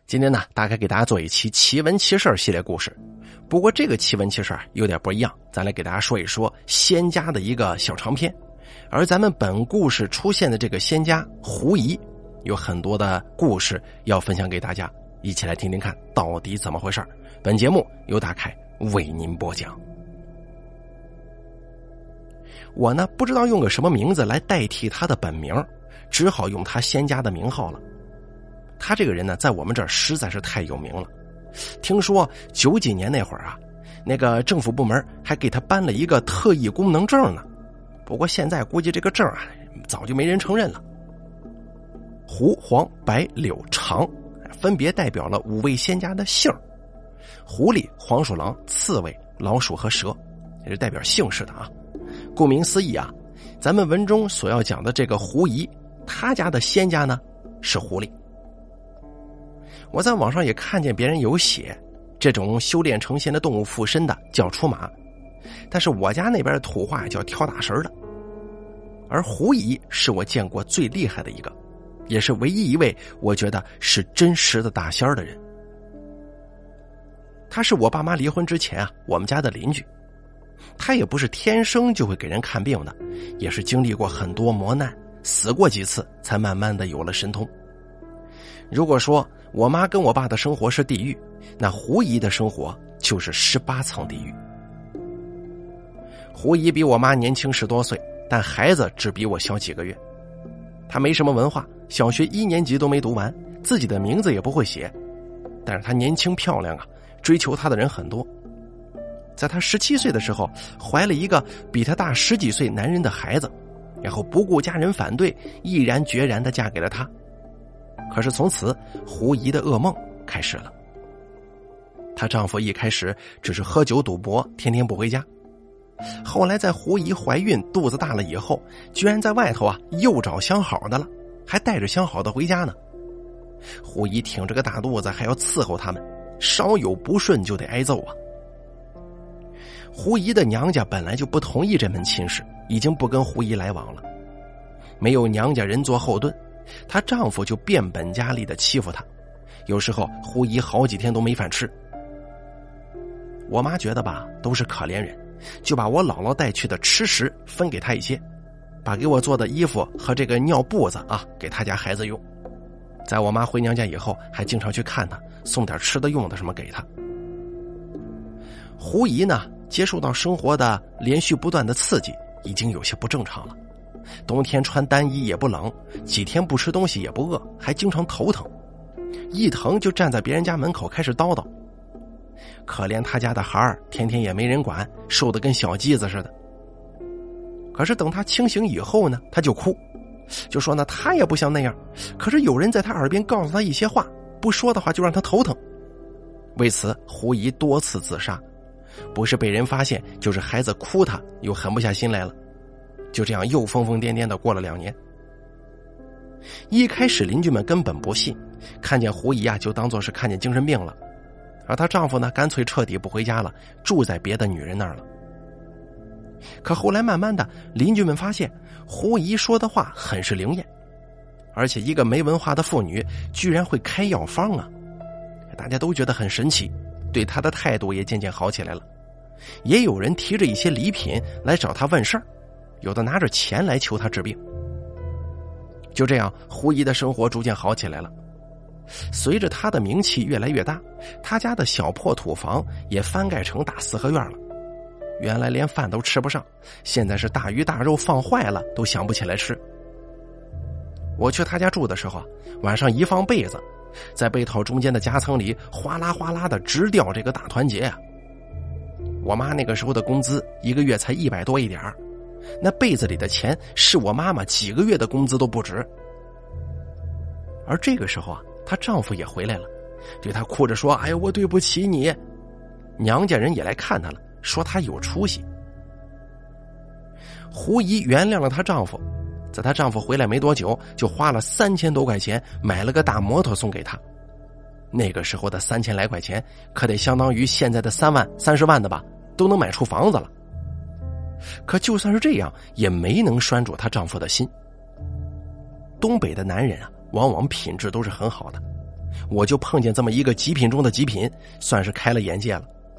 今天呢，大概给大家做一期奇闻奇事系列故事。不过这个奇闻奇事有点不一样，咱来给大家说一说仙家的一个小长篇。而咱们本故事出现的这个仙家狐疑，有很多的故事要分享给大家，一起来听听看到底怎么回事。本节目由大凯为您播讲。我呢不知道用个什么名字来代替他的本名，只好用他仙家的名号了。他这个人呢，在我们这儿实在是太有名了。听说90几年那会儿啊，那个政府部门还给他颁了一个特异功能证呢。不过现在估计这个证啊，早就没人承认了。狐、黄、白、柳、长，分别代表了5位仙家的姓：狐狸、黄鼠狼、刺猬、老鼠和蛇，也是代表姓氏的啊。顾名思义啊，咱们文中所要讲的这个狐疑，他家的仙家呢是狐狸。我在网上也看见别人有写，这种修炼成仙的动物附身的叫出马，但是我家那边的土话叫跳大神的。而狐疑是我见过最厉害的一个，也是唯一一位我觉得是真实的大仙的人。他是我爸妈离婚之前啊，我们家的邻居。他也不是天生就会给人看病的，也是经历过很多磨难，死过几次才慢慢的有了神通。如果说我妈跟我爸的生活是地狱，那狐疑的生活就是18层地狱。狐疑比我妈年轻10多岁，但孩子只比我小几个月。他没什么文化，小学1年级都没读完，自己的名字也不会写，但是他年轻漂亮啊，追求他的人很多。在他17岁的时候，怀了一个比他大10几岁男人的孩子，然后不顾家人反对，毅然决然地嫁给了他。可是从此狐疑的噩梦开始了。她丈夫一开始只是喝酒赌博，天天不回家，后来在狐疑怀孕肚子大了以后，居然在外头啊又找相好的了，还带着相好的回家呢。狐疑挺着个大肚子还要伺候他们，稍有不顺就得挨揍啊。狐疑的娘家本来就不同意这门亲事，已经不跟狐疑来往了。没有娘家人做后盾，她丈夫就变本加厉地欺负她，有时候狐疑好几天都没饭吃。我妈觉得吧，都是可怜人，就把我姥姥带去的吃食分给她一些，把给我做的衣服和这个尿布子啊给她家孩子用。在我妈回娘家以后，还经常去看她，送点吃的用的什么给她。狐疑呢，接受到生活的连续不断的刺激，已经有些不正常了。冬天穿单衣也不冷，几天不吃东西也不饿，还经常头疼，一疼就站在别人家门口开始叨叨。可怜他家的孩儿天天也没人管，瘦得跟小鸡子似的。可是等他清醒以后呢，他就哭，就说呢他也不想那样，可是有人在他耳边告诉他一些话，不说的话就让他头疼。为此狐疑多次自杀，不是被人发现，就是孩子哭他又狠不下心来了。就这样又疯疯癫癫的过了2年。一开始邻居们根本不信，看见狐疑啊就当作是看见精神病了，而她丈夫呢干脆彻底不回家了，住在别的女人那儿了。可后来慢慢的，邻居们发现狐疑说的话很是灵验，而且一个没文化的妇女居然会开药方啊，大家都觉得很神奇，对她的态度也渐渐好起来了。也有人提着一些礼品来找她问事儿，有的拿着钱来求她治病。就这样狐疑的生活逐渐好起来了。随着她的名气越来越大，她家的小破土房也翻盖成大4合院了。原来连饭都吃不上，现在是大鱼大肉放坏了都想不起来吃。我去她家住的时候，晚上一放被子，在被套中间的夹层里哗啦哗啦的直掉这个大团结啊。我妈那个时候的工资一个月才100多一点，那被子里的钱是我妈妈几个月的工资都不止。而这个时候啊，她丈夫也回来了，对她哭着说：“哎呀，我对不起你。”娘家人也来看她了，说她有出息。狐疑原谅了她丈夫，在她丈夫回来没多久，就花了3000多块钱买了个大摩托送给她。那个时候的3000来块钱，可得相当于现在的3万、30万的吧，都能买出房子了。可就算是这样，也没能拴住她丈夫的心。东北的男人啊，往往品质都是很好的， 我就碰见这么一个极品中的极品，算是开了眼界了。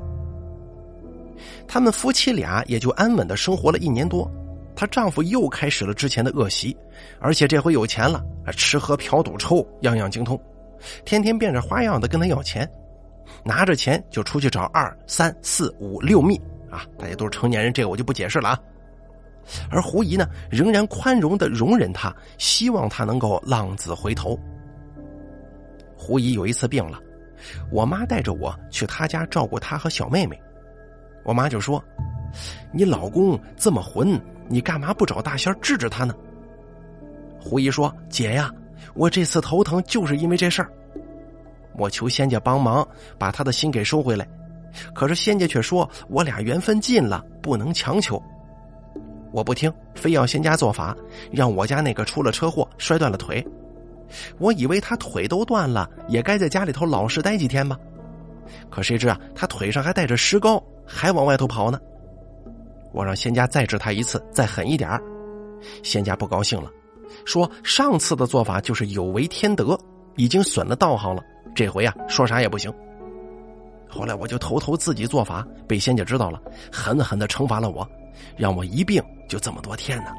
他们夫妻俩也就安稳地生活了1年多，她丈夫又开始了之前的恶习，而且这回有钱了，吃喝嫖赌抽样样精通，天天变着花样的跟她要钱，拿着钱就出去找2、3、4、5、6蜜啊，大家都是成年人，这个我就不解释了啊。而胡姨呢，仍然宽容地容忍他，希望他能够浪子回头。胡姨有一次病了，我妈带着我去她家照顾她和小妹妹。我妈就说：“你老公这么混，你干嘛不找大仙治治他呢？”胡姨说：“姐呀，我这次头疼就是因为这事儿。我求仙家帮忙把他的心给收回来，可是仙家却说我俩缘分尽了，不能强求。我不听，非要仙家做法，让我家那个出了车祸摔断了腿。我以为他腿都断了，也该在家里头老实待几天吧。可谁知啊，他腿上还带着石膏，还往外头跑呢。我让仙家再治他一次，再狠一点。仙家不高兴了，说上次的做法就是有违天德，已经损了道行了，这回啊说啥也不行。后来我就偷偷自己做法，被仙家知道了，狠狠地惩罚了我，让我一病就这么多天呢。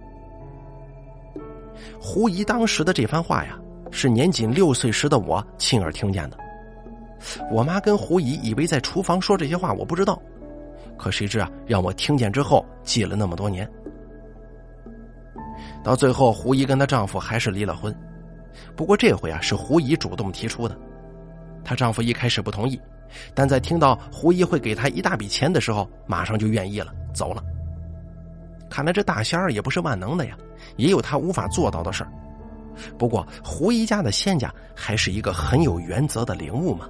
胡姨当时的这番话呀，是年仅6岁时的我亲耳听见的。我妈跟胡姨以为在厨房说这些话，我不知道，可谁知啊，让我听见之后记了那么多年。到最后胡姨跟她丈夫还是离了婚，不过这回啊是胡姨主动提出的。她丈夫一开始不同意，但在听到胡姨会给她一大笔钱的时候，马上就愿意了，走了。看来这大仙儿也不是万能的呀，也有他无法做到的事儿。不过胡姨家的仙家还是一个很有原则的灵物嘛。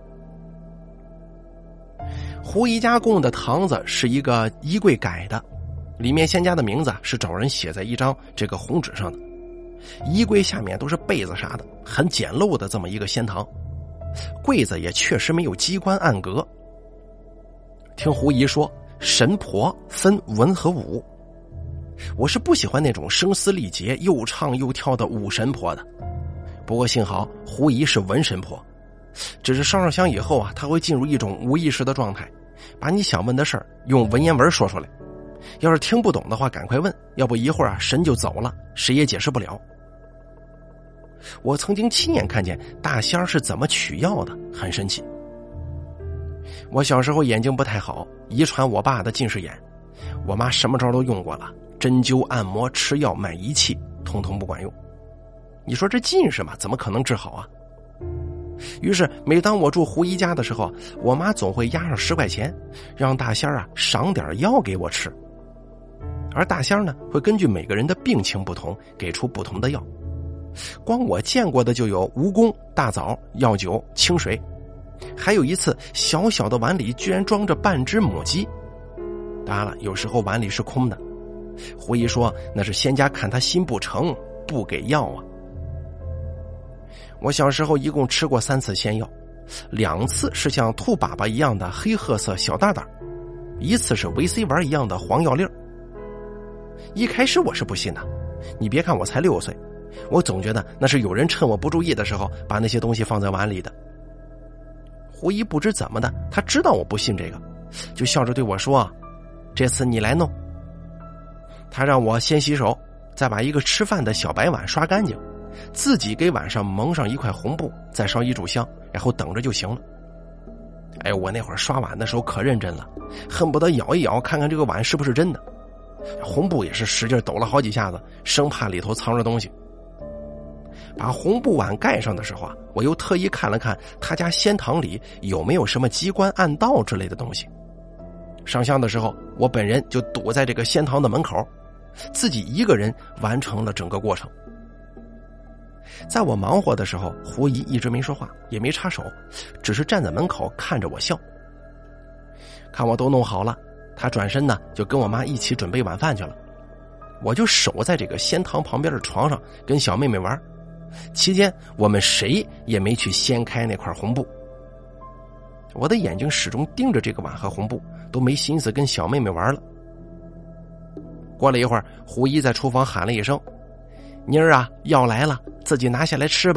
胡姨家供的堂子是一个衣柜改的，里面仙家的名字是找人写在一张这个红纸上的，衣柜下面都是被子啥的，很简陋的这么一个仙堂。柜子也确实没有机关暗格。听胡姨说，神婆分文和武，我是不喜欢那种声嘶力竭又唱又跳的武神婆的。不过幸好胡姨是文神婆，只是烧上香以后啊，她会进入一种无意识的状态，把你想问的事儿用文言文说出来，要是听不懂的话赶快问，要不一会儿啊神就走了，谁也解释不了。我曾经亲眼看见大仙是怎么取药的，很神奇。我小时候眼睛不太好，遗传我爸的近视眼，我妈什么招都用过了，针灸、按摩、吃药、买仪器，统统不管用。你说这近视嘛，怎么可能治好啊？于是每当我住胡姨家的时候，我妈总会压上10块钱，让大仙啊赏点药给我吃。而大仙呢，会根据每个人的病情不同，给出不同的药。光我见过的就有蜈蚣、大枣、药酒、清水，还有一次小小的碗里居然装着半只母鸡。当然了，有时候碗里是空的。胡姨说那是仙家看他心不成，不给药啊。我小时候一共吃过3次仙药，2次是像兔粑粑一样的黑褐色小蛋蛋，1次是维 C 丸一样的黄药粒儿。一开始我是不信的，你别看我才6岁，我总觉得那是有人趁我不注意的时候把那些东西放在碗里的。胡姨不知怎么的，她知道我不信这个，就笑着对我说，这次你来弄。她让我先洗手，再把一个吃饭的小白碗刷干净，自己给碗上蒙上一块红布，再烧一炷香，然后等着就行了。哎，我那会儿刷碗的时候可认真了，恨不得咬一咬看看这个碗是不是真的。红布也是使劲抖了好几下子，生怕里头藏着东西。把红布碗盖上的时候啊，我又特意看了看他家仙堂里有没有什么机关暗道之类的东西。上香的时候，我本人就堵在这个仙堂的门口，自己一个人完成了整个过程。在我忙活的时候，胡姨一直没说话，也没插手，只是站在门口看着我笑。看我都弄好了，她转身呢就跟我妈一起准备晚饭去了。我就守在这个仙堂旁边的床上跟小妹妹玩，期间我们谁也没去掀开那块红布。我的眼睛始终盯着这个碗和红布，都没心思跟小妹妹玩了。过了一会儿，胡姨在厨房喊了一声，妮儿啊，药来了，自己拿下来吃吧，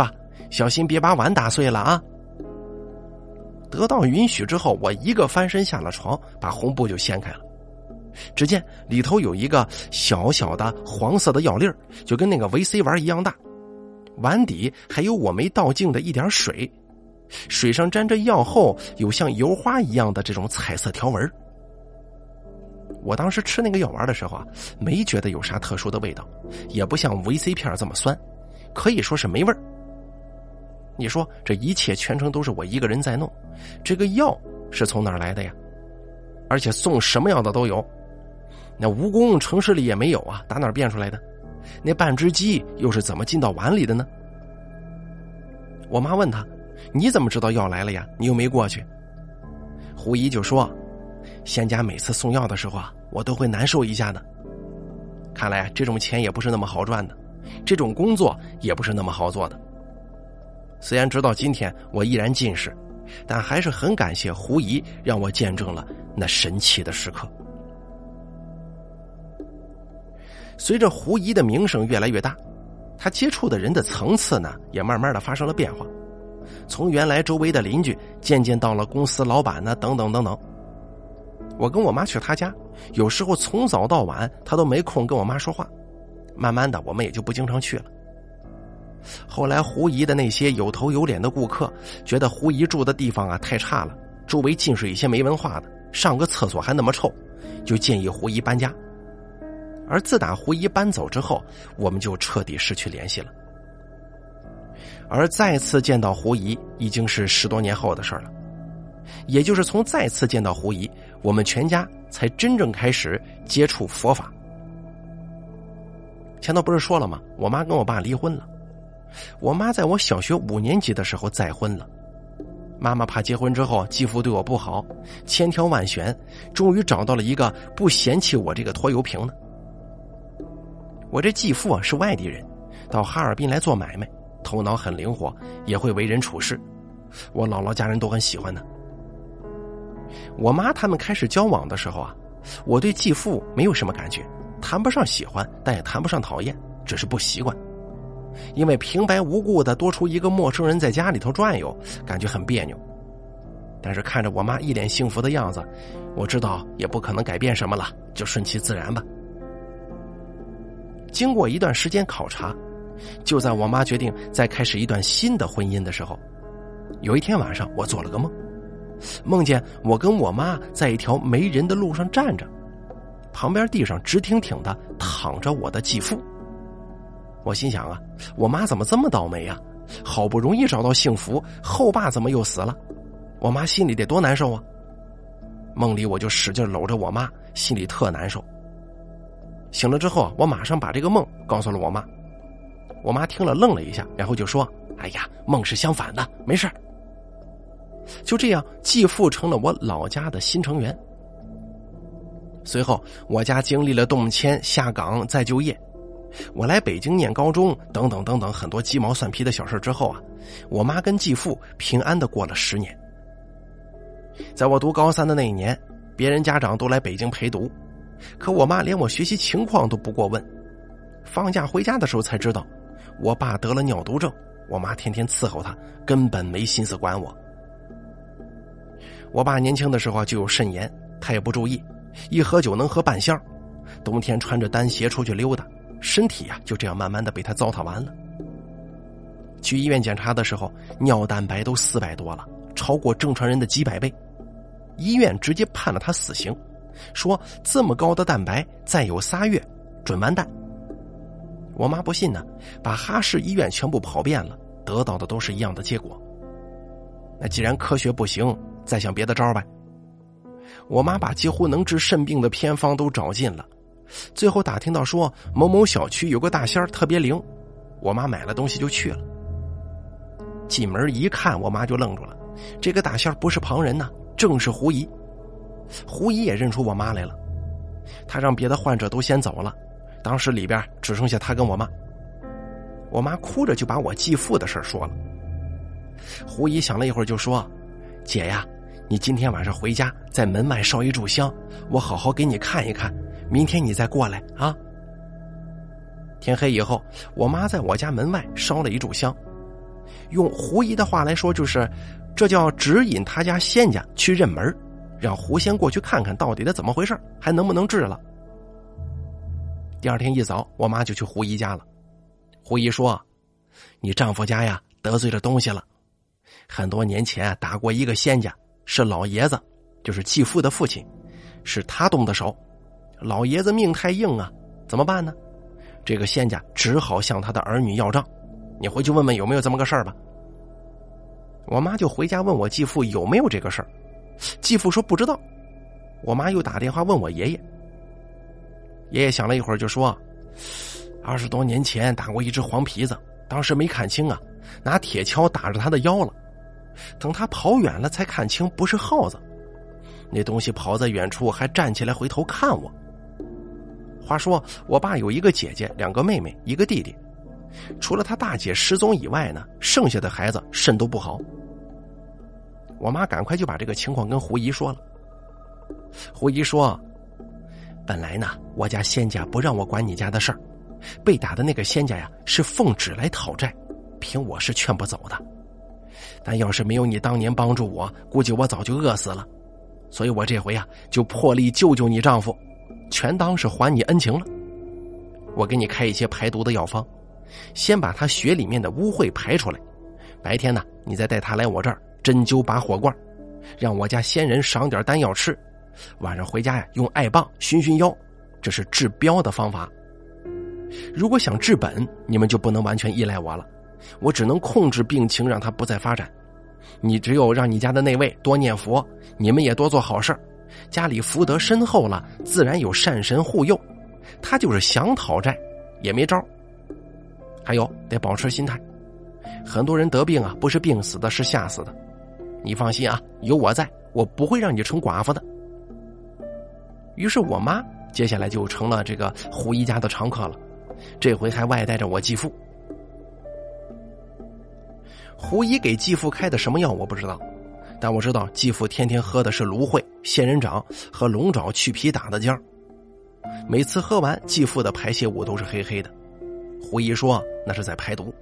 小心别把碗打碎了啊。得到允许之后，我一个翻身下了床，把红布就掀开了。只见里头有一个小小的黄色的药粒儿，就跟那个 VC 丸一样大，碗底还有我没倒净的一点水，水上沾着药后有像油花一样的这种彩色条纹。我当时吃那个药丸的时候啊，没觉得有啥特殊的味道，也不像 VC 片这么酸，可以说是没味儿。你说这一切全程都是我一个人在弄，这个药是从哪儿来的呀？而且送什么药的都有，那蜈蚣城市里也没有啊，打哪儿变出来的？那半只鸡又是怎么进到碗里的呢？我妈问他，你怎么知道药来了呀？你又没过去。胡姨就说，仙家每次送药的时候啊，我都会难受一下的。看来这种钱也不是那么好赚的，这种工作也不是那么好做的。虽然直到今天我依然近视，但还是很感谢胡姨让我见证了那神奇的时刻。随着胡姨的名声越来越大，她接触的人的层次呢也慢慢的发生了变化，从原来周围的邻居渐渐到了公司老板呢，等等等等。我跟我妈去她家，有时候从早到晚她都没空跟我妈说话，慢慢的我们也就不经常去了。后来胡姨的那些有头有脸的顾客觉得胡姨住的地方啊太差了，周围尽是一些没文化的，上个厕所还那么臭，就建议胡姨搬家。而自打胡姨搬走之后，我们就彻底失去联系了。而再次见到胡姨已经是10多年后的事了，也就是从再次见到胡姨，我们全家才真正开始接触佛法。前头不是说了吗？我妈跟我爸离婚了。我妈在我小学5年级的时候再婚了，妈妈怕结婚之后继父对我不好，千挑万选，终于找到了一个不嫌弃我这个拖油瓶的。我这继父啊是外地人，到哈尔滨来做买卖，头脑很灵活，也会为人处事，我姥姥家人都很喜欢他。我妈他们开始交往的时候啊，我对继父没有什么感觉，谈不上喜欢，但也谈不上讨厌，只是不习惯。因为平白无故的多出一个陌生人在家里头转悠，感觉很别扭。但是看着我妈一脸幸福的样子，我知道也不可能改变什么了，就顺其自然吧。经过一段时间考察，就在我妈决定再开始一段新的婚姻的时候，有一天晚上我做了个梦，梦见我跟我妈在一条没人的路上站着，旁边地上直挺挺的躺着我的继父。我心想啊，我妈怎么这么倒霉啊，好不容易找到幸福，后爸怎么又死了，我妈心里得多难受啊。梦里我就使劲搂着我妈，心里特难受。醒了之后，我马上把这个梦告诉了我妈。我妈听了愣了一下，然后就说，哎呀，梦是相反的，没事。就这样，继父成了我老家的新成员。随后我家经历了动迁、下岗、再就业，我来北京念高中，等等等等很多鸡毛蒜皮的小事之后啊，我妈跟继父平安地过了10年。在我读高3的那一年，别人家长都来北京陪读，可我妈连我学习情况都不过问。放假回家的时候才知道，我爸得了尿毒症，我妈天天伺候他，根本没心思管我。我爸年轻的时候就有肾炎，他也不注意，一喝酒能喝半箱，冬天穿着单鞋出去溜达，身体啊就这样慢慢的被他糟蹋完了。去医院检查的时候，尿蛋白都400多了，超过正常人的几百倍。医院直接判了他死刑，说这么高的蛋白再有3月准完蛋。我妈不信呢，把哈市医院全部跑遍了，得到的都是一样的结果。那既然科学不行，再想别的招呗。我妈把几乎能治肾病的偏方都找尽了，最后打听到说某某小区有个大仙儿特别灵，我妈买了东西就去了。进门一看，我妈就愣住了，这个大仙儿不是旁人呐，正是胡姨。胡姨也认出我妈来了，她让别的患者都先走了，当时里边只剩下她跟我妈。我妈哭着就把我继父的事说了。胡姨想了一会儿就说，姐呀，你今天晚上回家在门外烧一炷香，我好好给你看一看，明天你再过来啊。天黑以后，我妈在我家门外烧了一炷香， 用胡姨的话来说，就是这叫指引他家仙家去认门，让胡仙过去看看到底的怎么回事，还能不能治了。第二天一早，我妈就去胡姨家了。胡姨说，你丈夫家呀得罪了东西了，很多年前打过一个仙家，是老爷子，就是继父的父亲，是他动的手，老爷子命太硬啊，怎么办呢？这个仙家只好向他的儿女要账，你回去问问有没有这么个事儿吧。我妈就回家问我继父有没有这个事儿，继父说不知道。我妈又打电话问我爷爷，爷爷想了一会儿就说，20多年前打过一只黄皮子，当时没看清啊，拿铁锹打着他的腰了，等他跑远了才看清不是耗子，那东西跑在远处还站起来回头看我。话说我爸有一个姐姐，2个妹妹1个弟弟，除了他大姐失踪以外呢，剩下的孩子肾都不好。我妈赶快就把这个情况跟胡姨说了。胡姨说，本来呢我家仙家不让我管你家的事儿，被打的那个仙家呀是奉旨来讨债，凭我是劝不走的，但要是没有你当年帮助我，估计我早就饿死了，所以我这回呀就破例救救你丈夫，全当是还你恩情了。我给你开一些排毒的药方，先把他血里面的污秽排出来，白天呢你再带他来我这儿针灸拔火罐，让我家仙人赏点丹药吃，晚上回家呀用艾棒熏熏腰，这是治标的方法。如果想治本，你们就不能完全依赖我了，我只能控制病情让它不再发展，你只有让你家的那位多念佛，你们也多做好事，家里福德深厚了，自然有善神护佑，他就是想讨债也没招。还有得保持心态，很多人得病啊不是病死的，是吓死的，你放心啊，有我在，我不会让你成寡妇的。于是我妈接下来就成了这个胡姨家的常客了，这回还外带着我继父。胡姨给继父开的什么药我不知道，但我知道继父天天喝的是芦荟、仙人掌和龙爪去皮打的浆，每次喝完继父的排泄物都是黑黑的，胡姨说那是在排毒。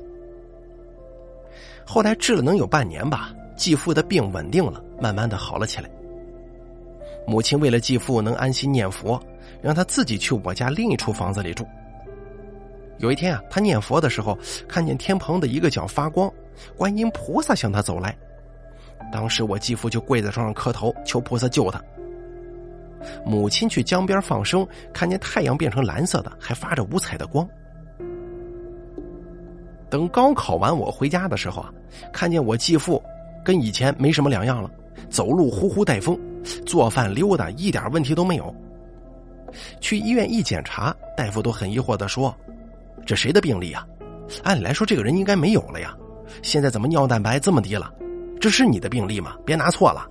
后来治了能有半年吧，继父的病稳定了，慢慢的好了起来。母亲为了继父能安心念佛，让他自己去我家另一处房子里住。有一天啊，他念佛的时候看见天棚的一个角发光，观音菩萨向他走来，当时我继父就跪在床上磕头求菩萨救他。母亲去江边放生，看见太阳变成蓝色的，还发着五彩的光。等高考完我回家的时候啊，看见我继父跟以前没什么两样了，走路呼呼带风，做饭溜达一点问题都没有。去医院一检查，大夫都很疑惑地说，这谁的病例啊？按理来说这个人应该没有了呀，现在怎么尿蛋白这么低了？这是你的病例吗？别拿错了。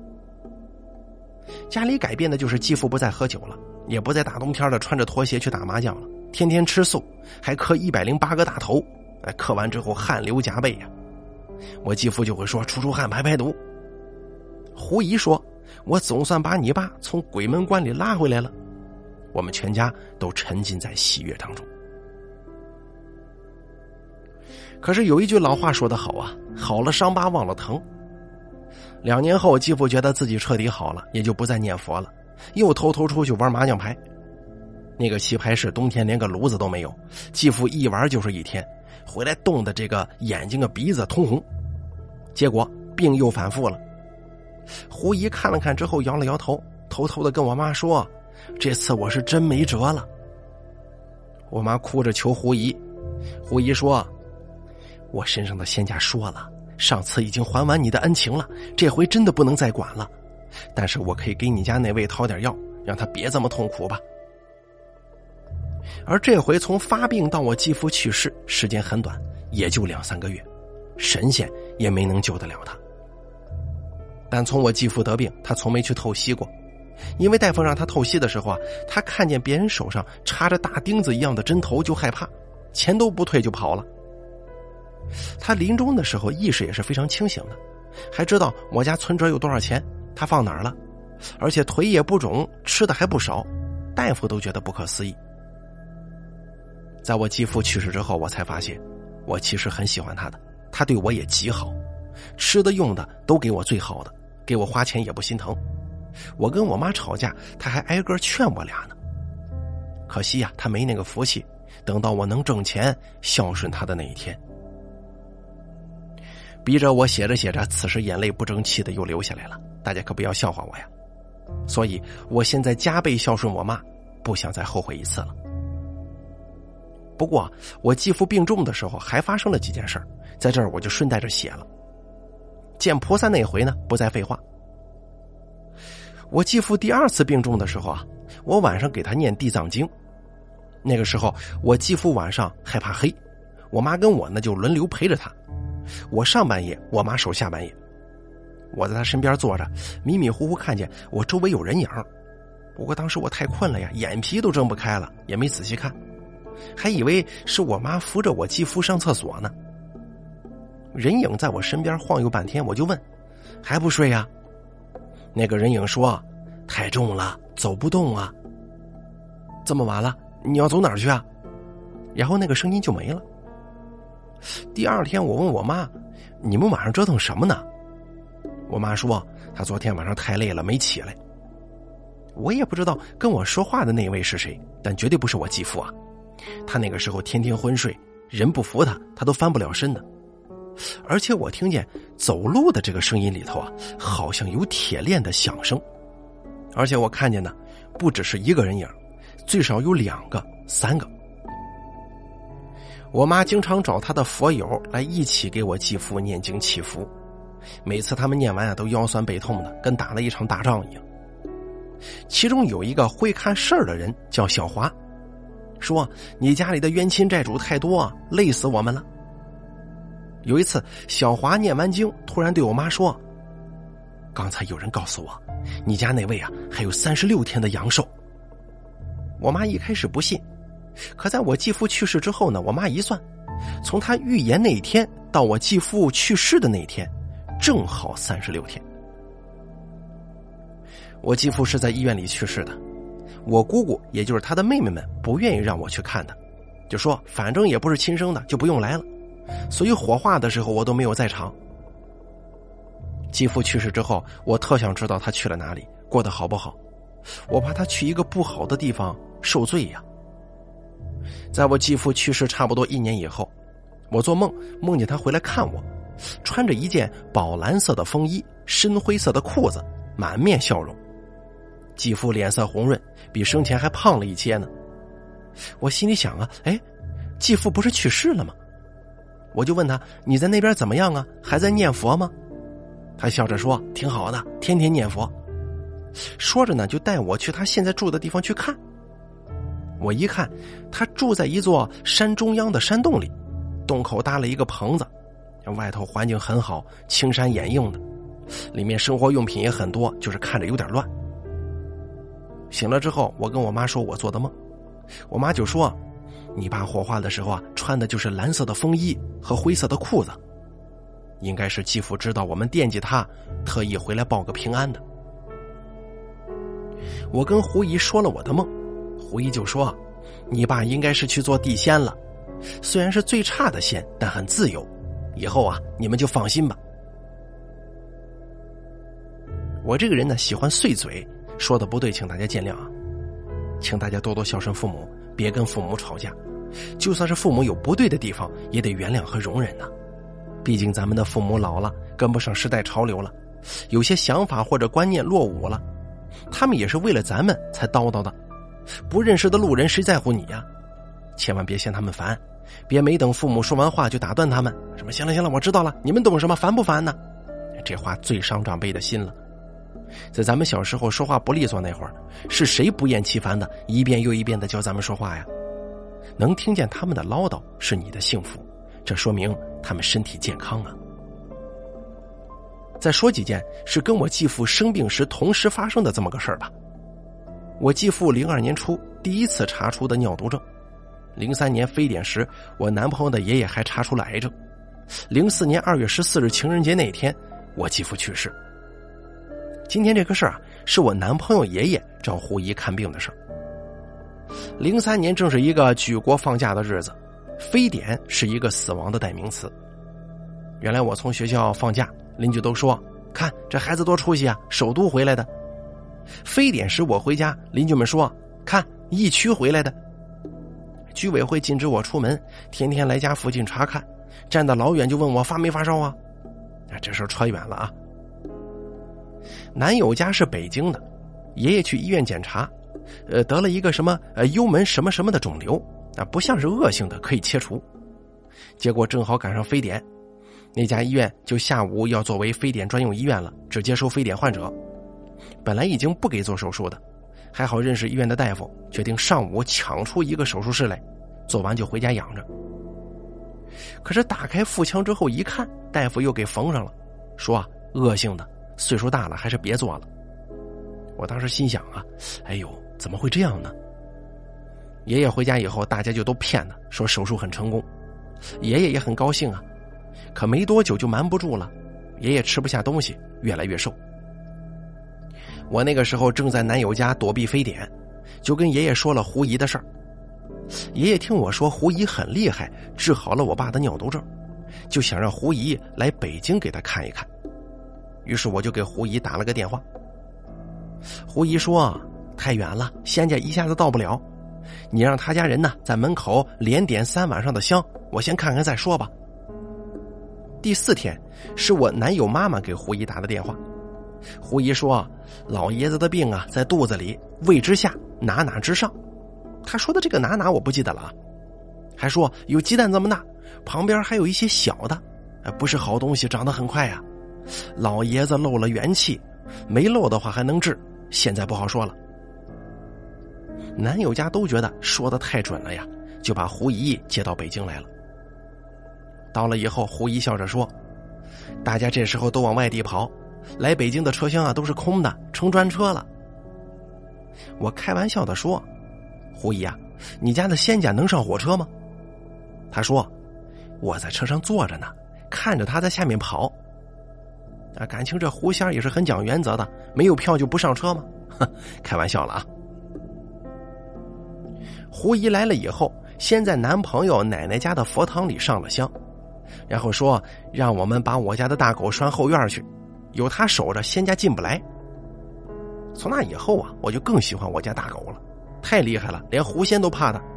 家里改变的就是继父不再喝酒了，也不再大冬天的穿着拖鞋去打麻将了，天天吃素，还磕108个大头，磕完之后汗流浃背呀。我继父就会说出汗排排毒。胡姨说，我总算把你爸从鬼门关里拉回来了。我们全家都沉浸在喜悦当中。可是有一句老话说得好啊，好了伤疤忘了疼。2年后，继父觉得自己彻底好了，也就不再念佛了，又偷偷出去玩麻将牌。那个棋牌室冬天连个炉子都没有，继父一玩就是一天，回来冻得这个眼睛鼻子通红，结果病又反复了。胡姨看了看之后摇了摇头，偷偷的跟我妈说，这次我是真没辙了。我妈哭着求胡姨，胡姨说，我身上的仙家说了，上次已经还完你的恩情了，这回真的不能再管了，但是我可以给你家那位掏点药，让他别这么痛苦吧。而这回从发病到我继父去世时间很短，也就2-3个月，神仙也没能救得了他。但从我继父得病，他从没去透析过，因为大夫让他透析的时候啊，他看见别人手上插着大钉子一样的针头就害怕，钱都不退就跑了。他临终的时候意识也是非常清醒的，还知道我家存折有多少钱，他放哪儿了，而且腿也不肿，吃的还不少，大夫都觉得不可思议。在我继父去世之后，我才发现我其实很喜欢他的， 他对我也极好，吃的用的都给我最好的，给我花钱也不心疼。我跟我妈吵架，他还挨个劝我俩呢。可惜呀，他没那个福气，等到我能挣钱孝顺他的那一天。逼着我写着写着，此时眼泪不争气的又流下来了，大家可不要笑话我呀。所以我现在加倍孝顺我妈，不想再后悔一次了。不过我继父病重的时候还发生了几件事，在这儿我就顺带着写了。见菩萨那回呢，不再废话。我继父第2次病重的时候啊，我晚上给他念地藏经。那个时候我继父晚上害怕黑，我妈跟我呢就轮流陪着他，我上半夜，我妈守下半夜。我在他身边坐着，迷迷糊糊看见我周围有人影，不过当时我太困了呀，眼皮都睁不开了，也没仔细看，还以为是我妈扶着我继父上厕所呢。人影在我身边晃悠半天，我就问还不睡呀？那个人影说太重了，走不动啊。这么晚了，你要走哪儿去啊？然后那个声音就没了。第2天我问我妈，你们晚上折腾什么呢？我妈说她昨天晚上太累了没起来。我也不知道跟我说话的那位是谁，但绝对不是我继父啊。他那个时候天天昏睡，人不服他都翻不了身的。而且我听见走路的这个声音里头啊，好像有铁链的响声。而且我看见呢，不只是一个人影，最少有2个、3个。我妈经常找她的佛友来一起给我继父念经祈福，每次他们念完都腰酸背痛的，跟打了一场大仗一样。其中有一个会看事儿的人叫小华，说你家里的冤亲债主太多，累死我们了。有一次小华念完经，突然对我妈说，刚才有人告诉我你家那位啊还有36天的阳寿。我妈一开始不信，可在我继父去世之后呢，我妈一算，从他预言那一天到我继父去世的那一天正好36天。我继父是在医院里去世的，我姑姑也就是他的妹妹们不愿意让我去看他，就说反正也不是亲生的，就不用来了，所以火化的时候我都没有在场。继父去世之后，我特想知道他去了哪里，过得好不好，我怕他去一个不好的地方受罪呀。在我继父去世差不多1年以后，我做梦见他回来看我，穿着一件宝蓝色的风衣，深灰色的裤子，满面笑容。继父脸色红润，比生前还胖了一些呢。我心里想啊，继父不是去世了吗？我就问他，你在那边怎么样啊？还在念佛吗？他笑着说，挺好的，天天念佛。说着呢，就带我去他现在住的地方去看。我一看，他住在一座山中央的山洞里，洞口搭了一个棚子，外头环境很好，青山掩映的，里面生活用品也很多，就是看着有点乱。醒了之后，我跟我妈说我做的梦，我妈就说，你爸火化的时候啊，穿的就是蓝色的风衣和灰色的裤子，应该是继父知道我们惦记他，特意回来报个平安的。我跟胡姨说了我的梦，胡姨就说，你爸应该是去做地仙了，虽然是最差的仙，但很自由，以后啊你们就放心吧。我这个人呢喜欢碎嘴，说的不对请大家见谅啊，请大家多多孝顺父母，别跟父母吵架，就算是父母有不对的地方也得原谅和容忍呢。毕竟咱们的父母老了，跟不上时代潮流了，有些想法或者观念落伍了，他们也是为了咱们才叨叨的，不认识的路人谁在乎你呀？千万别嫌他们烦，别没等父母说完话就打断他们，什么行了行了我知道了，你们懂什么，烦不烦呢？这话最伤长辈的心了。在咱们小时候说话不利索那会儿，是谁不厌其烦的一遍又一遍的教咱们说话呀？能听见他们的唠叨是你的幸福，这说明他们身体健康啊。再说几件是跟我继父生病时同时发生的这么个事儿吧。我继父02年初第一次查出的尿毒症，03年非典时我男朋友的爷爷还查出了癌症，04年2月14日情人节那天我继父去世。今天这个事儿啊，是我男朋友爷爷找胡姨看病的事儿。03年正是一个举国放假的日子，非典是一个死亡的代名词。 原来我从学校放假，邻居都说看这孩子多出息啊，首都回来的。非典时我回家，邻居们说看疫区回来的。居委会禁止我出门，天天来家附近查看，站得老远就问我发没发烧啊。这事扯远了啊。男友家是北京的，爷爷去医院检查，得了一个什么幽门什么什么的肿瘤啊，不像是恶性的，可以切除。结果正好赶上非典，那家医院就下午要作为非典专用医院了，只接收非典患者。本来已经不给做手术的，还好认识医院的大夫，决定上午抢出一个手术室来，做完就回家养着。可是打开腹腔之后一看，大夫又给缝上了，说恶性的，岁数大了还是别做了。我当时心想哎呦，怎么会这样呢？爷爷回家以后，大家就都骗他，说手术很成功，爷爷也很高兴啊。可没多久就瞒不住了，爷爷吃不下东西，越来越瘦。我那个时候正在男友家躲避非典，就跟爷爷说了胡姨的事儿。爷爷听我说胡姨很厉害，治好了我爸的尿毒症，就想让胡姨来北京给他看一看。于是我就给胡姨打了个电话。胡姨说太远了，仙家一下子到不了，你让他家人呢在门口连点3晚上的香，我先看看再说吧。第4天是我男友妈妈给胡姨打的电话。胡姨说老爷子的病啊在肚子里，胃之下，哪哪之上。他说的这个哪哪我不记得了，还说有鸡蛋这么大，旁边还有一些小的，不是好东西，长得很快啊。老爷子漏了元气，没漏的话还能治，现在不好说了。男友家都觉得说的太准了呀，就把胡姨接到北京来了。到了以后，胡姨笑着说大家这时候都往外地跑，来北京的车厢啊都是空的，成专车了。我开玩笑地说胡姨啊，你家的仙家能上火车吗？他说我在车上坐着呢，看着他在下面跑。感情这胡仙也是很讲原则的，没有票就不上车吗？开玩笑了啊。胡姨来了以后，先在男朋友奶奶家的佛堂里上了香，然后说让我们把我家的大狗拴后院去，有他守着，仙家进不来。从那以后啊，我就更喜欢我家大狗了，太厉害了，连狐仙都怕它。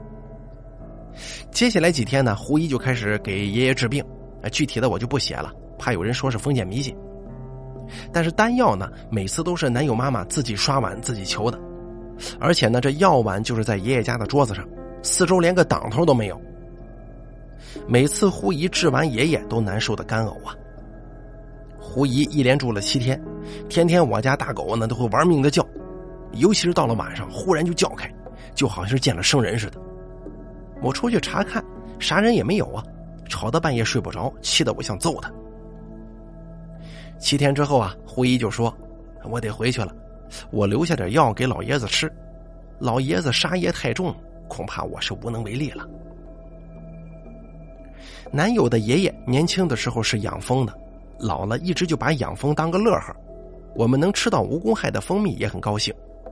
接下来几天呢，胡姨就开始给爷爷治病，具体的我就不写了，怕有人说是封建迷信。但是丹药呢，每次都是男友妈妈自己刷碗自己求的，而且呢，这药碗就是在爷爷家的桌子上，四周连个挡头都没有。每次胡姨治完爷爷都难受的干呕啊。胡姨一连住了7天，天天我家大狗呢都会玩命的叫，尤其是到了晚上忽然就叫开，就好像是见了生人似的。我出去查看，啥人也没有啊，吵得半夜睡不着，气得我想揍他。7天之后啊，胡姨就说我得回去了，我留下点药给老爷子吃，老爷子杀业太重，恐怕我是无能为力了。男友的爷爷年轻的时候是养蜂的，老了一直就把养蜂当个乐呵，我们能吃到无公害的蜂蜜也很高兴。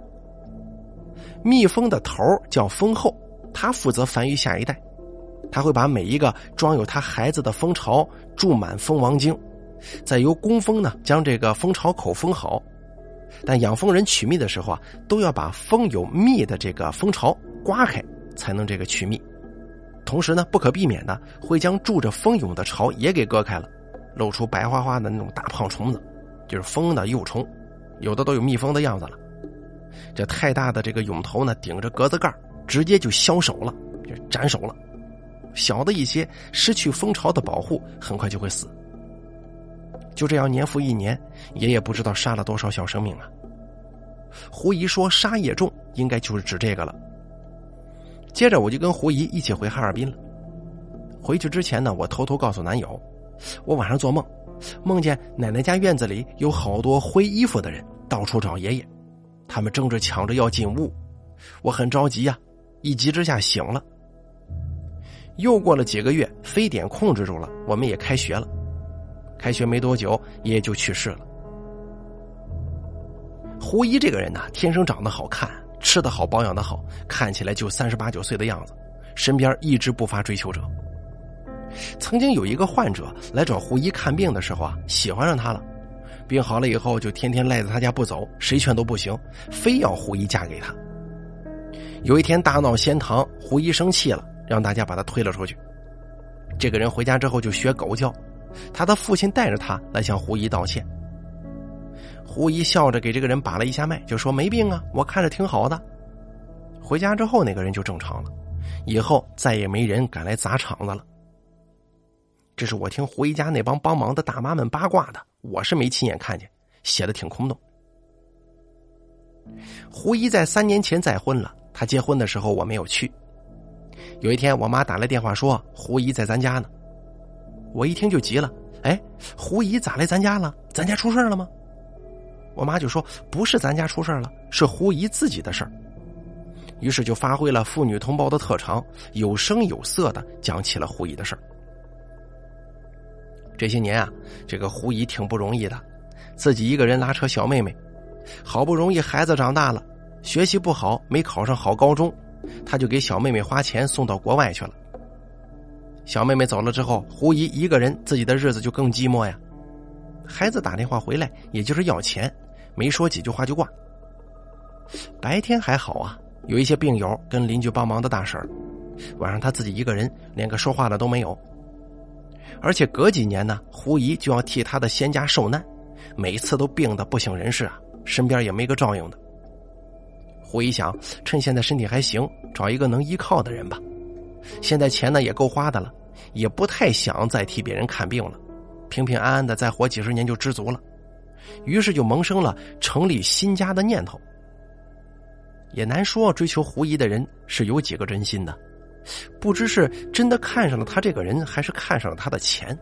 蜜蜂的头叫蜂后，他负责繁育下一代，他会把每一个装有他孩子的蜂巢注满蜂王精，再由工蜂呢将这个蜂巢口封好。但养蜂人取蜜的时候啊，都要把蜂有蜜的这个蜂巢刮开，才能这个取蜜。同时呢，不可避免的会将住着蜂蛹的巢也给割开了，露出白花花的那种大胖虫子，就是蜂的幼虫，有的都有蜜蜂的样子了。这太大的这个蛹头呢，顶着格子盖，直接就削手了，就斩首了。小的一些失去蜂巢的保护，很快就会死。就这样年复一年，爷爷不知道杀了多少小生命啊。胡姨说杀业重，应该就是指这个了。接着我就跟胡姨一起回哈尔滨了。回去之前呢，我偷偷告诉男友，我晚上做梦，梦见奶奶家院子里有好多灰衣服的人到处找爷爷，他们争着抢着要进屋，我很着急啊，一急之下醒了。又过了几个月，非典控制住了，我们也开学了。开学没多久，爷爷就去世了。胡姨这个人呢，天生长得好看，吃得好，保养得好，看起来就38、9岁的样子，身边一直不乏追求者。 曾经有一个患者来找胡一看病的时候啊，喜欢上他了，病好了以后就天天赖在他家不走，谁劝都不行，非要胡一嫁给他。有一天大闹仙堂，胡一生气了，让大家把他推了出去。这个人回家之后就学狗叫，他的父亲带着他来向胡一道歉。胡一笑着给这个人把了一下脉，就说没病啊，我看着挺好的。回家之后那个人就正常了，以后再也没人敢来砸场子了。这是我听胡一家那帮帮忙的大妈们八卦的，我是没亲眼看见，写的挺空洞。胡一在3年前再婚了，他结婚的时候我没有去。有一天我妈打来电话说胡一在咱家呢，我一听就急了，哎，胡一咋来咱家了？咱家出事了吗？我妈就说不是咱家出事了，是胡一自己的事儿。于是就发挥了妇女同胞的特长，有声有色的讲起了胡一的事儿。这些年啊，这个胡一挺不容易的，自己一个人拉扯小妹妹，好不容易孩子长大了，学习不好，没考上好高中，他就给小妹妹花钱送到国外去了。小妹妹走了之后，胡一一个人，自己的日子就更寂寞呀。孩子打电话回来，也就是要钱，没说几句话就挂。白天还好啊，有一些病友跟邻居帮忙的大婶儿，晚上他自己一个人，连个说话的都没有。而且隔几年呢，胡一就要替他的仙家受难，每次都病得不省人事啊，身边也没个照应的。胡一想，趁现在身体还行，找一个能依靠的人吧。现在钱呢也够花的了，也不太想再替别人看病了，平平安安的再活几十年就知足了。于是就萌生了成立新家的念头。也难说追求胡一的人是有几个真心的，不知是真的看上了他这个人，还是看上了他的钱。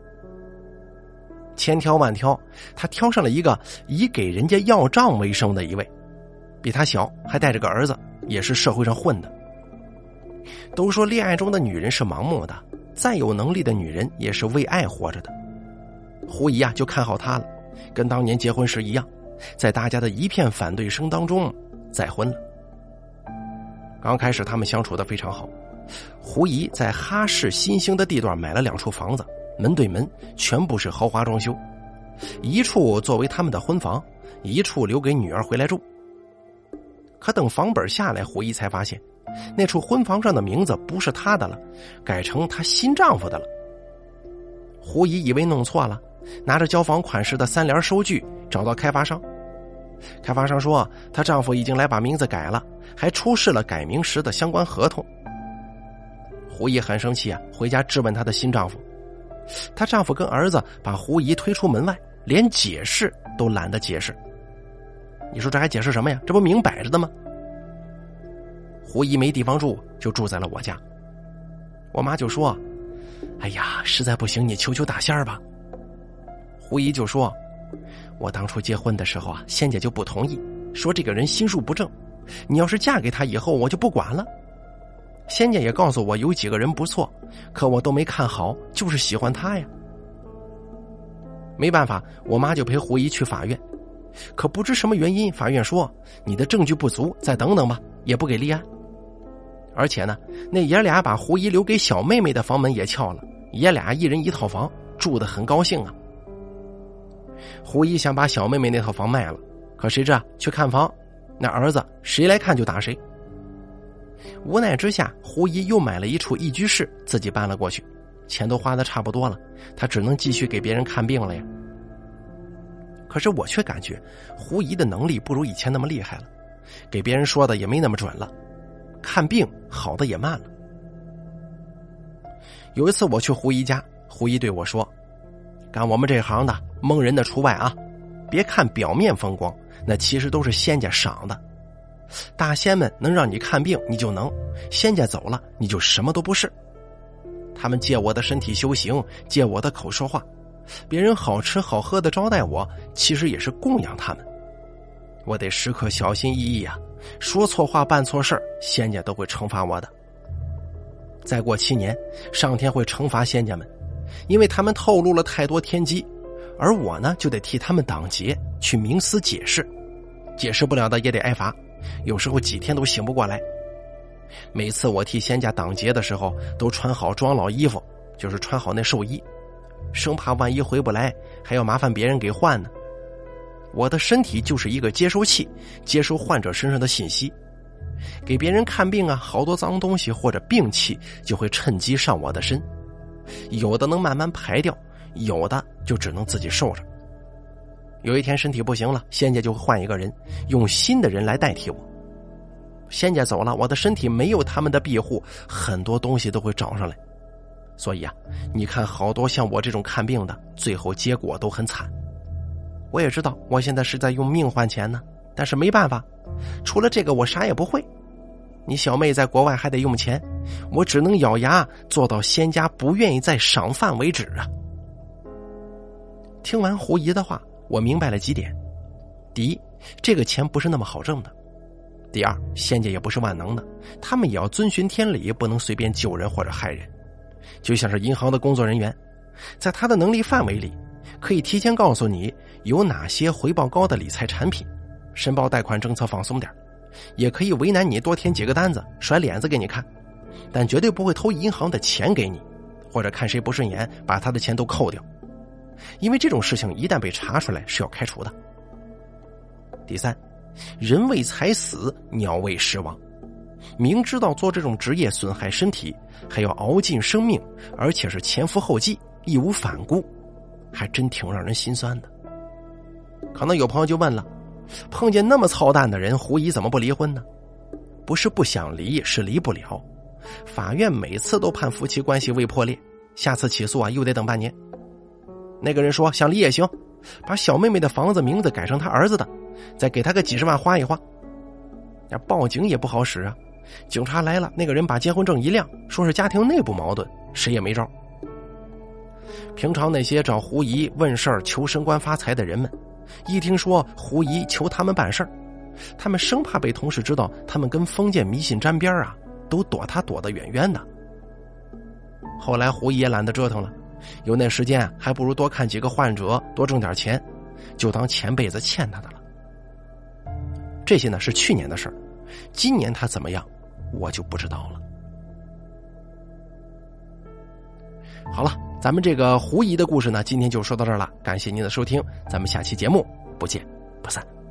千挑万挑，他挑上了一个以给人家要账为生的一位，比他小，还带着个儿子，也是社会上混的。都说恋爱中的女人是盲目的，再有能力的女人也是为爱活着的。胡一啊就看好他了，跟当年结婚时一样，在大家的一片反对声当中再婚了。刚开始他们相处得非常好，胡一在哈市新兴的地段买了2处房子，门对门，全部是豪华装修，一处作为他们的婚房，一处留给女儿回来住。可等房本下来，胡一才发现那处婚房上的名字不是他的了，改成他新丈夫的了。胡一以为弄错了，拿着交房款时的3联收据找到开发商，开发商说她丈夫已经来把名字改了，还出示了改名时的相关合同。胡一很生气啊，回家质问她的新丈夫。她丈夫跟儿子把胡一推出门外，连解释都懒得解释。你说这还解释什么呀？这不明摆着的吗？胡一没地方住，就住在了我家。我妈就说，哎呀，实在不行你求求大仙儿吧。胡一就说，我当初结婚的时候啊，仙姐就不同意，说这个人心术不正，你要是嫁给他以后我就不管了。仙姐也告诉我有几个人不错，可我都没看好，就是喜欢他呀。没办法，我妈就陪胡一去法院，可不知什么原因，法院说你的证据不足，再等等吧，也不给立案。而且呢，那爷俩把胡一留给小妹妹的房门也撬了，爷俩一人一套房，住得很高兴啊。胡一想把小妹妹那套房卖了，可谁知去看房，那儿子谁来看就打谁。无奈之下，胡一又买了一处一居室，自己搬了过去，钱都花得差不多了，他只能继续给别人看病了呀。可是我却感觉胡一的能力不如以前那么厉害了，给别人说的也没那么准了，看病好的也慢了。有一次我去胡一家，胡一对我说，干我们这行的蒙人的除外啊，别看表面风光，那其实都是仙家赏的。大仙们能让你看病你就能，仙家走了你就什么都不是。他们借我的身体修行，借我的口说话，别人好吃好喝的招待我，其实也是供养他们。我得时刻小心翼翼啊，说错话办错事儿，仙家都会惩罚我的。再过7年，上天会惩罚仙家们，因为他们透露了太多天机，而我呢就得替他们挡劫，去冥思解释，解释不了的也得挨罚，有时候几天都醒不过来。每次我替仙家挡劫的时候，都穿好装老衣服， 就是穿好那寿衣，生怕万一回不来还要麻烦别人给换呢。我的身体就是一个接收器，接收患者身上的信息，给别人看病啊，好多脏东西或者病气就会趁机上我的身，有的能慢慢排掉，有的就只能自己受着。有一天身体不行了，仙家就会换一个人，用新的人来代替我。仙家走了，我的身体没有他们的庇护，很多东西都会找上来。所以啊，你看好多像我这种看病的，最后结果都很惨。我也知道我现在是在用命换钱呢，但是没办法，除了这个我啥也不会。你小妹在国外还得用钱，我只能咬牙做到仙家不愿意再赏饭为止啊。听完胡姨的话，我明白了几点。第一，这个钱不是那么好挣的。第二，仙家也不是万能的，他们也要遵循天理，不能随便救人或者害人。就像是银行的工作人员，在他的能力范围里，可以提前告诉你有哪些回报高的理财产品，申报贷款政策放松点，也可以为难你多填几个单子，甩脸子给你看，但绝对不会偷银行的钱给你，或者看谁不顺眼把他的钱都扣掉，因为这种事情一旦被查出来是要开除的。第三，人为财死，鸟为食亡，明知道做这种职业损害身体，还要熬尽生命，而且是前赴后继，义无反顾，还真挺让人心酸的。可能有朋友就问了，碰见那么操蛋的人，胡姨怎么不离婚呢？不是不想离，是离不了。法院每次都判夫妻关系未破裂，下次起诉啊又得等半年。那个人说想离也行，把小妹妹的房子名字改成他儿子的，再给他个几十万花一花。报警也不好使啊，警察来了，那个人把结婚证一亮，说是家庭内部矛盾，谁也没招。平常那些找胡姨问事儿求升官发财的人们，一听说胡姨求他们办事儿，他们生怕被同事知道他们跟封建迷信沾边啊，都躲他躲得远远的。后来胡姨也懒得折腾了，有那时间还不如多看几个患者，多挣点钱，就当前辈子欠他的了。这些呢是去年的事儿，今年他怎么样我就不知道了。好了，咱们这个胡姨的故事呢今天就说到这儿了，感谢您的收听，咱们下期节目不见不散。